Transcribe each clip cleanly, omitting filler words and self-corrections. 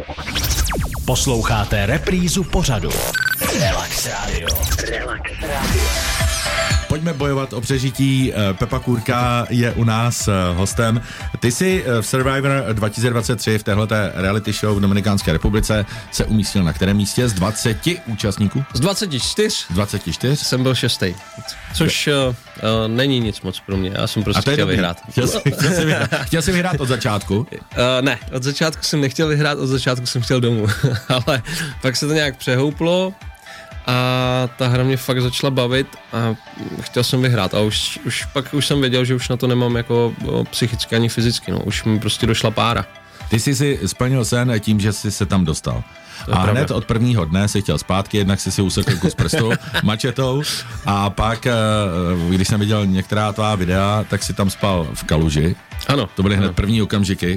Posloucháte reprízu pořadu Relax Radio. Relax Radio. Pojďme bojovat o přežití. Pepa Kůrka je u nás hostem. Ty jsi v Survivor 2023 v téhleté reality show v Dominikánské republice se umístil na kterém místě z 20 účastníků? Z 24. 24? Jsem byl 6. Což není nic moc pro mě. Já jsem prostě chtěl vyhrát. Chtěl jsi vyhrát od začátku? Ne, od začátku jsem nechtěl vyhrát, od začátku jsem chtěl domů. Ale pak se to nějak přehouplo a ta hra mě fakt začala bavit a chtěl jsem vyhrát a už jsem věděl, že už na to nemám jako psychicky ani fyzicky, no. Už mi prostě došla pára. Ty jsi si splnil sen tím, že jsi se tam dostal. A hned od prvního dne si chtěl zpátky, jednak si usekl kus prstu mačetou a pak, když jsem viděl některá tvá videa, tak si tam spal v kaluži. Ano. To byly hned první okamžiky,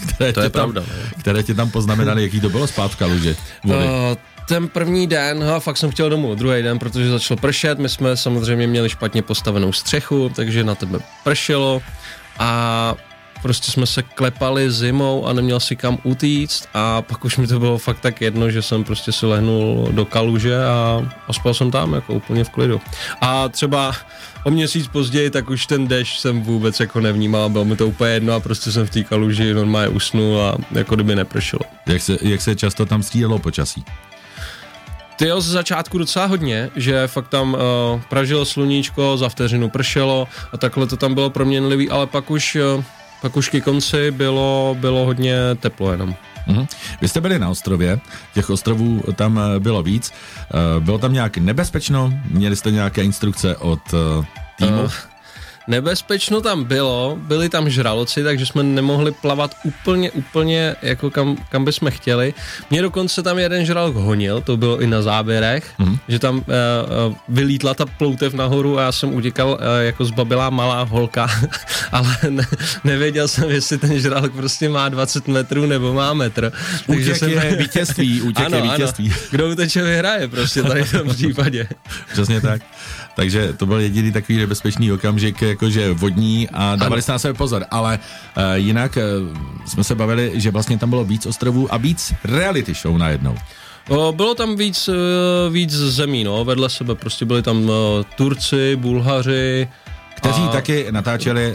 které tě tam poznamenaly, jaký to bylo spát v kaluži vody. Ten první den, fakt jsem chtěl domů, druhý den, protože začalo pršet, my jsme samozřejmě měli špatně postavenou střechu, takže na tebe pršelo a prostě jsme se klepali zimou a neměl si kam utíct a pak už mi to bylo fakt tak jedno, že jsem prostě si lehnul do kaluže a spal jsem tam jako úplně v klidu. A třeba o měsíc později, tak už ten déšť jsem vůbec jako nevnímal, bylo mi to úplně jedno a prostě jsem v té kaluži normálně usnul a jako kdyby nepršelo. Jak se často tam střídalo počasí? Tyjo, z začátku docela hodně, že fakt tam pražilo sluníčko, za vteřinu pršelo a takhle to tam bylo proměnlivý, ale pak už ke konci bylo hodně teplo jenom. Vy jste byli na ostrově, těch ostrovů tam bylo víc. Bylo tam nějak nebezpečno? Měli jste nějaké instrukce od týmu? Nebezpečno tam byli tam žraloci, takže jsme nemohli plavat úplně jako kam bychom chtěli. Mě dokonce tam jeden žralok honil, to bylo i na záběrech, že tam vylítla ta ploutev nahoru a já jsem utíkal jako zbabělá malá holka, ale nevěděl jsem, jestli ten žralok prostě má 20 metrů nebo má metr. Útěk je vítězství. Kdo uteče, vyhraje prostě tady v tom případě. Přesně tak. Takže to byl jediný takový nebezpečný okamžik, jakože vodní a dávali se na sebe pozor, ale jinak jsme se bavili, že vlastně tam bylo víc ostrovů a víc reality show najednou. Bylo tam víc zemí, no, vedle sebe, prostě byli tam Turci, Bulhaři, kteří taky natáčeli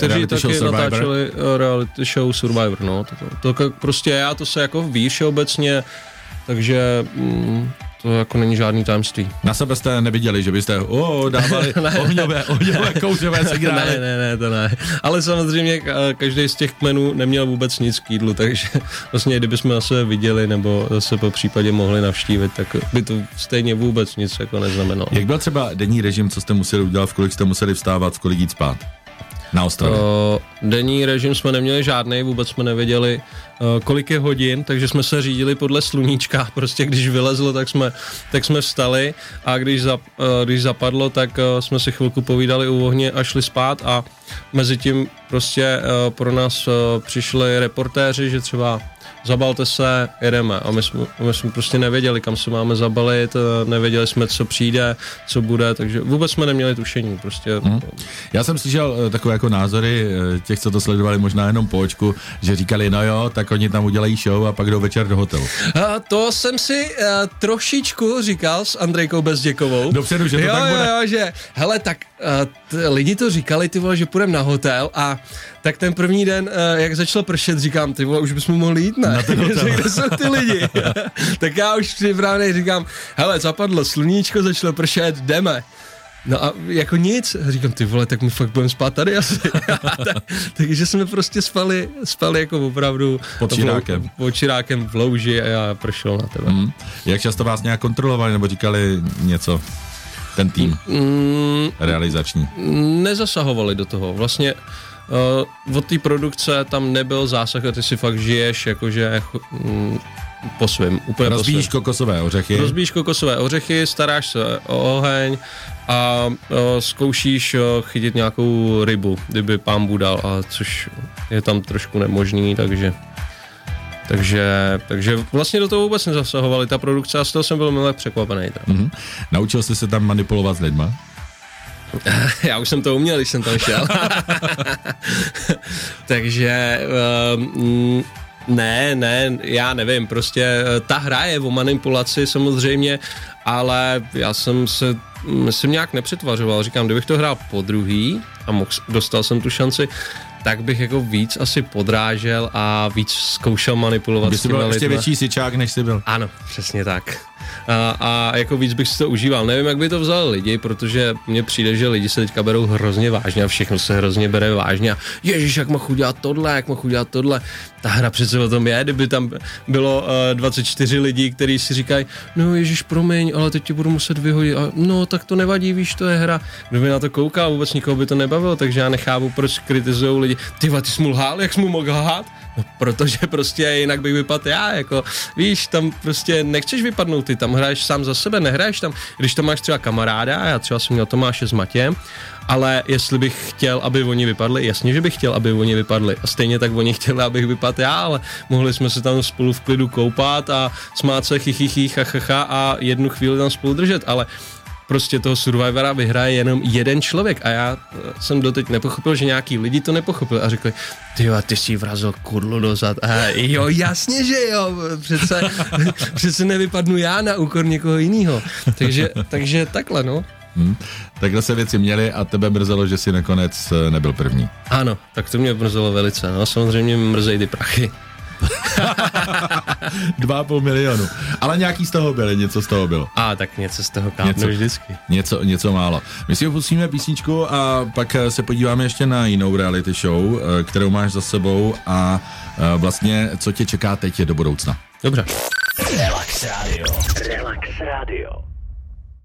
reality show Survivor, no. To prostě já to se jako ví všeobecně, takže to jako není žádný tajemství. Na sebe jste neviděli, že byste dávali ohňové kouřové signály? Ne, to ne. Ale samozřejmě každý z těch kmenů neměl vůbec nic k jídlu, takže vlastně kdybychom na sebe viděli nebo se po případě mohli navštívit, tak by to stejně vůbec nic jako neznamenalo. Jak byl třeba denní režim, co jste museli udělat, v kolik jste museli vstávat, v kolik jít spát? Na ostrově? Denní režim jsme neměli žádnej, vůbec jsme nevěděli, kolik je hodin, takže jsme se řídili podle sluníčka, prostě když vylezlo, tak jsme vstali a když zapadlo, tak jsme si chvilku povídali u ohně a šli spát a mezi tím prostě pro nás přišli reportéři, že třeba zabalte se, jedeme a my jsme prostě nevěděli, kam se máme zabalit, nevěděli jsme, co přijde, co bude, takže vůbec jsme neměli tušení, prostě. Já jsem slyšel takové jako názory těch, co to sledovali možná jenom po očku, že říkali, no jo, tak oni tam udělají show a pak jdou večer do hotelu. To jsem si trošičku říkal s Andrejkou Bezděkovou. Dopředu, že to tak bude. Jo, že hele, tak lidi to říkali, ty vole, že půjdeme na hotel a tak ten první den, jak začalo pršet, říkám, ty vole, už bychom mohli jít, ne? Kde jsou ty lidi? Tak já už připravený říkám, hele, zapadlo sluníčko, začalo pršet, jdeme. No a jako nic, říkám, ty vole, tak my fakt budeme spát tady asi. Takže jsme prostě spali jako opravdu pod čirákem v louži a já pršel na tebe. Jak často vás nějak kontrolovali nebo říkali něco? Ten tým realizační. Nezasahovali do toho. Vlastně od té produkce tam nebyl zásah a ty si fakt žiješ jakože po svém. Rozbíjíš kokosové ořechy, staráš se o oheň a zkoušíš chytit nějakou rybu, kdyby pán Bůh dal, a což je tam trošku nemožný, takže vlastně do toho vůbec nezasahovali ta produkce a z toho jsem byl milé překvapený. Naučil jsi se tam manipulovat s lidma? Já už jsem to uměl, když jsem tam šel. Takže Ne, já nevím, prostě ta hra je o manipulaci samozřejmě, ale já jsem nějak nepřetvařoval, říkám, kdybych to hrál po druhý a dostal jsem tu šanci, tak bych jako víc asi podrážel a víc zkoušel manipulovat s těmi lidmi. Ještě větší syčák, než jsi byl. Ano, přesně tak. A jako víc bych si to užíval. Nevím, jak by to vzali lidi, protože mně přijde, že lidi se teďka berou hrozně vážně a všechno se hrozně bere vážně. A ježiš, jak mohu dělat tohle. Ta hra přece o tom je, kdyby tam bylo 24 lidí, kteří si říkají, no ježiš, promiň, ale teď ti budu muset vyhodit. A no, tak to nevadí, víš, to je hra. Kdo by na to koukal, vůbec nikoho by to nebavilo, takže já nechápu, proč kritizujou lidi. Ty jsi mu lhal, jak jsi mu mohl lhát? No, protože prostě jinak bych vypadl já, jako víš, tam prostě nechceš vypadnout, ty tam hraješ sám za sebe, nehraješ tam, když tam máš třeba kamaráda, já třeba jsem měl Tomáše s Matějem, ale jestli bych chtěl, aby oni vypadli, jasně, že bych chtěl, aby oni vypadli a stejně tak oni chtěli, abych vypadl já, ale mohli jsme se tam spolu v klidu koupat a smát se chichichichachacha a jednu chvíli tam spolu držet, ale prostě toho Survivora vyhraje jenom jeden člověk a já jsem doteď nepochopil, že nějaký lidi to nepochopili a řekli, ty jsi vrazil kudlu dozad. A jo, jasně, že jo, přece nevypadnu já na úkor někoho jiného. Takže takhle, no. Takhle se věci měly a tebe mrzelo, že jsi nakonec nebyl první. Ano, tak to mě mrzelo velice, no, samozřejmě mrzej ty prachy. 2,5 milionu. Ale nějaký z toho byl, něco z toho bylo. Tak něco z toho kápnu vždycky. Něco málo. My si pustíme písničku a pak se podíváme ještě na jinou reality show, kterou máš za sebou a vlastně, co tě čeká teď do budoucna. Dobře. Relax Radio.